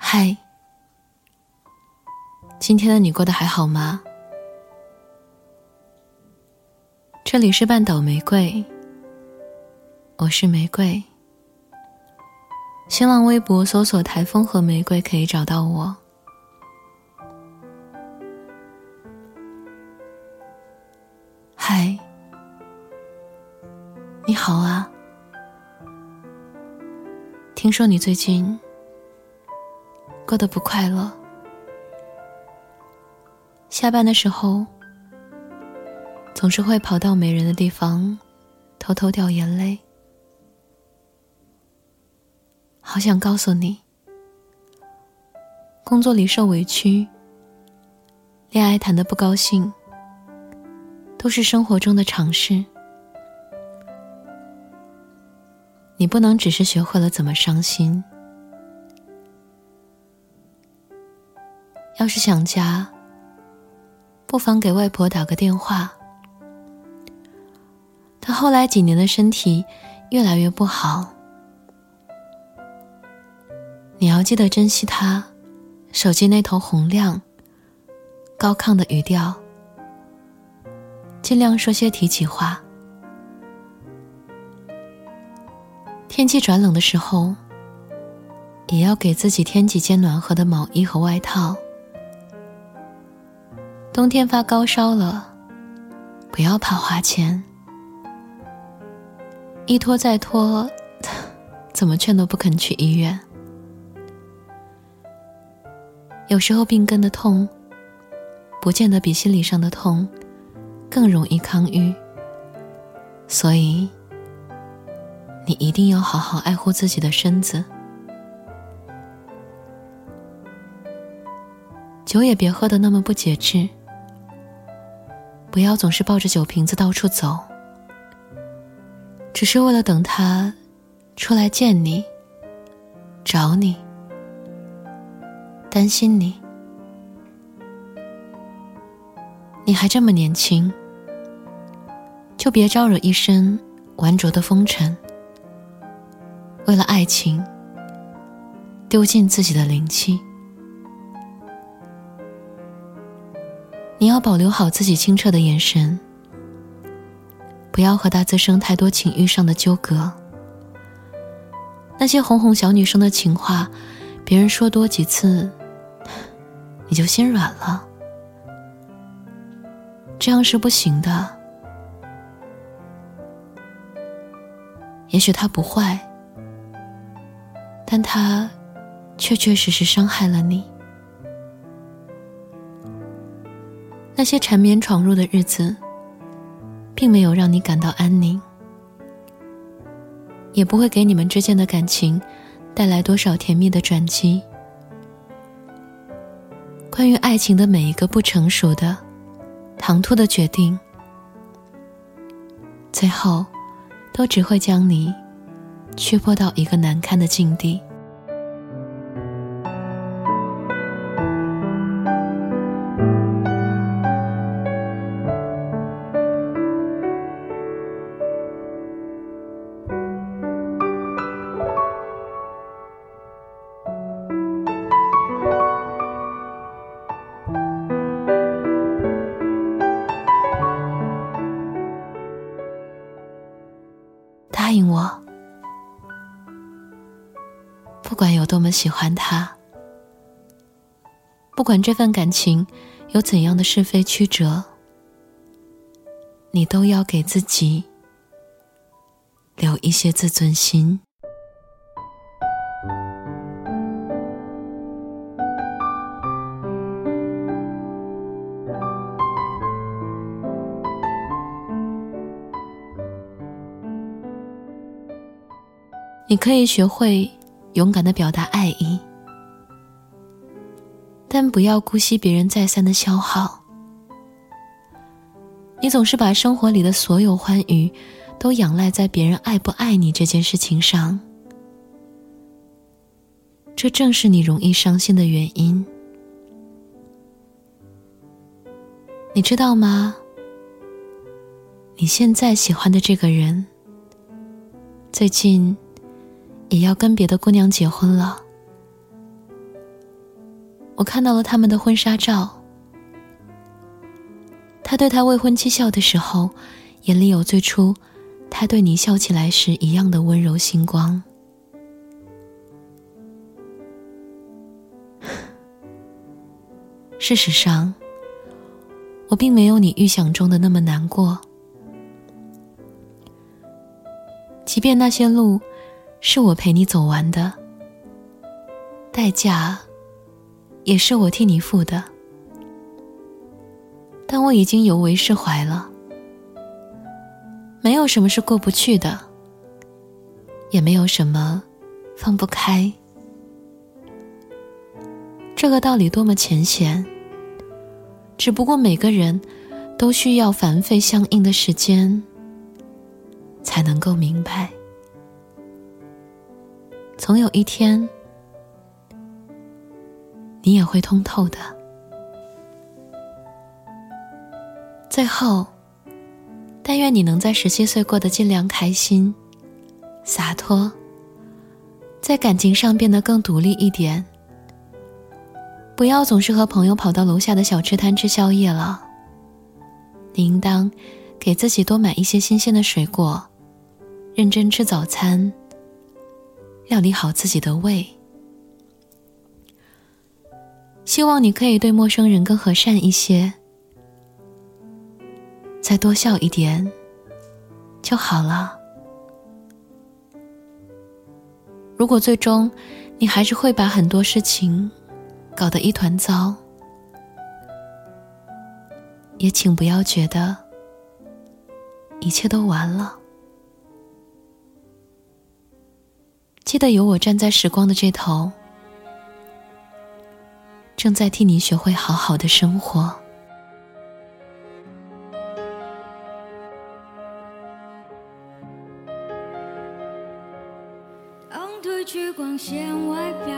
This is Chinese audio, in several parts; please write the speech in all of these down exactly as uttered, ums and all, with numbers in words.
嗨，今天的你过得还好吗？这里是半岛玫瑰，我是玫瑰。新浪微博搜索台风和玫瑰可以找到我。嗨，你好啊，听说你最近过得不快乐，下班的时候总是会跑到没人的地方偷偷掉眼泪。好想告诉你，工作里受委屈，恋爱谈得不高兴，都是生活中的常事。你不能只是学会了怎么伤心，要是想家，不妨给外婆打个电话。她后来几年的身体越来越不好，你要记得珍惜她手机那头洪亮高亢的语调，尽量说些提起话。天气转冷的时候，也要给自己添几件暖和的毛衣和外套。冬天发高烧了，不要怕花钱，一拖再拖，怎么劝都不肯去医院。有时候病根的痛，不见得比心理上的痛更容易康愈，所以你一定要好好爱护自己的身子。酒也别喝得那么不节制，不要总是抱着酒瓶子到处走，只是为了等他出来见你，找你，担心你。你还这么年轻，就别招惹一身顽拙的风尘，为了爱情丢尽自己的灵气。你要保留好自己清澈的眼神，不要和他滋生太多情欲上的纠葛。那些哄哄小女生的情话，别人说多几次你就心软了，这样是不行的。也许他不坏，但他确确实实伤害了你。那些缠绵闯入的日子，并没有让你感到安宁，也不会给你们之间的感情带来多少甜蜜的转机。关于爱情的每一个不成熟的、唐突的决定，最后都只会将你屈迫到一个难堪的境地。答应我，不管有多么喜欢他，不管这份感情有怎样的是非曲折，你都要给自己留一些自尊心。你可以学会勇敢地表达爱意，但不要姑息别人再三的消耗。你总是把生活里的所有欢愉都仰赖在别人爱不爱你这件事情上，这正是你容易伤心的原因。你知道吗？你现在喜欢的这个人，最近也要跟别的姑娘结婚了。 我看到了他们的婚纱照。他对他未婚妻笑的时候，眼里有最初他对你笑起来时一样的温柔星光。事实上，我并没有你预想中的那么难过。即便那些路是我陪你走完的，代价也是我替你付的，但我已经尤为释怀了。没有什么是过不去的，也没有什么放不开。这个道理多么浅显，只不过每个人都需要反费相应的时间才能够明白。总有一天你也会通透的。最后，但愿你能在十七岁过得尽量开心洒脱，在感情上变得更独立一点，不要总是和朋友跑到楼下的小吃摊吃宵夜了。你应当给自己多买一些新鲜的水果，认真吃早餐，料理好自己的胃。希望你可以对陌生人更和善一些，再多笑一点就好了。如果最终你还是会把很多事情搞得一团糟，也请不要觉得一切都完了。记得有我站在时光的这头，正在替你学会好好的生活。 当褪去光鲜外表，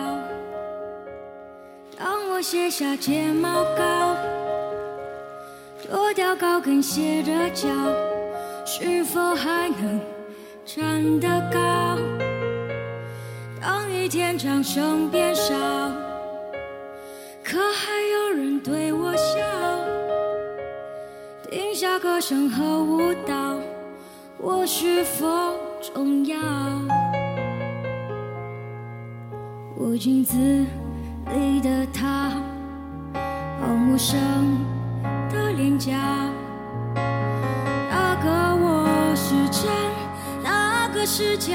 当我卸下睫毛膏，脱掉高跟鞋的脚，是否还能站得高？当一天掌声变少，可还有人对我笑，停下歌声和舞蹈，我是否重要？我镜子里的他，好陌生的脸颊，那个我是真，那个是假。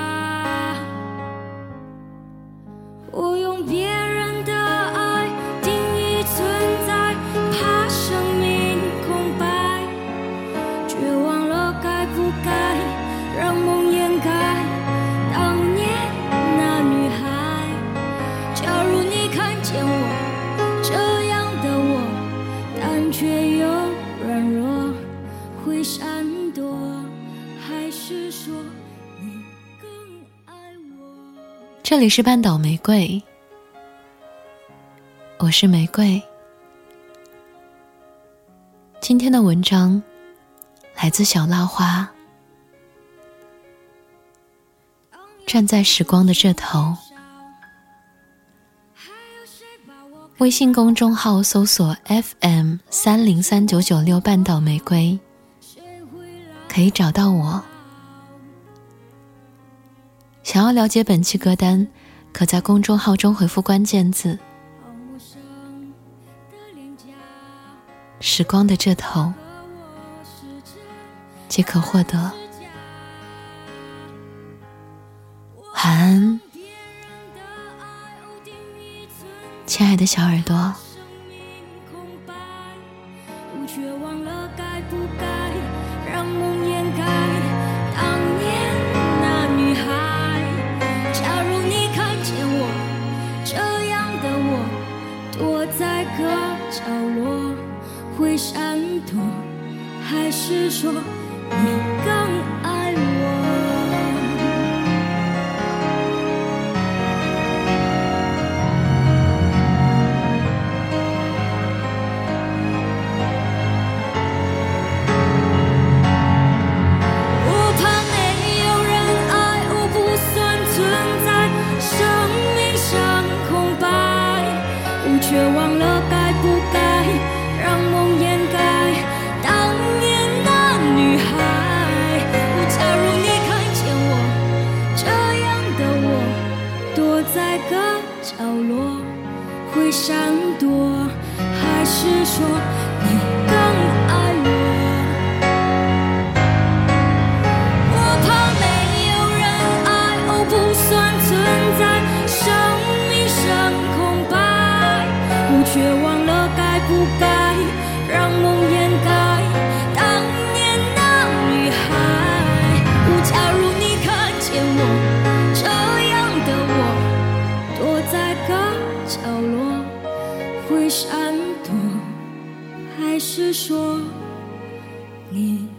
我用别人的爱定义存在，怕生命空白，却忘了该不该让梦掩盖当年那女孩。假如你看见我这样的我，但却又软弱，会闪躲，还是说你更爱我？ 这里是半岛玫瑰，我是玫瑰。今天的文章来自小蜡花。站在时光的这头，微信公众号搜索 F M 三零三九九六半岛玫瑰，可以找到我。想要了解本期歌单，可在公众号中回复关键字时光的这头，即可获得。晚安，亲爱的小耳朵。 却忘了该不该让梦掩盖当年那女孩。假如你看见我这样的我，躲在个角落，会闪躲，还是说你更爱我？ 却忘了该不该让梦掩盖当年那女孩。假如你看见我这样的我，躲在个角落，会闪躲，还是说你更爱我？我怕没有人爱，哦，不算存在，生命剩空白，我却忘了该不该让梦掩盖当年那女孩。假如你看见我这样的我，躲在个角落，会闪躲，还是说你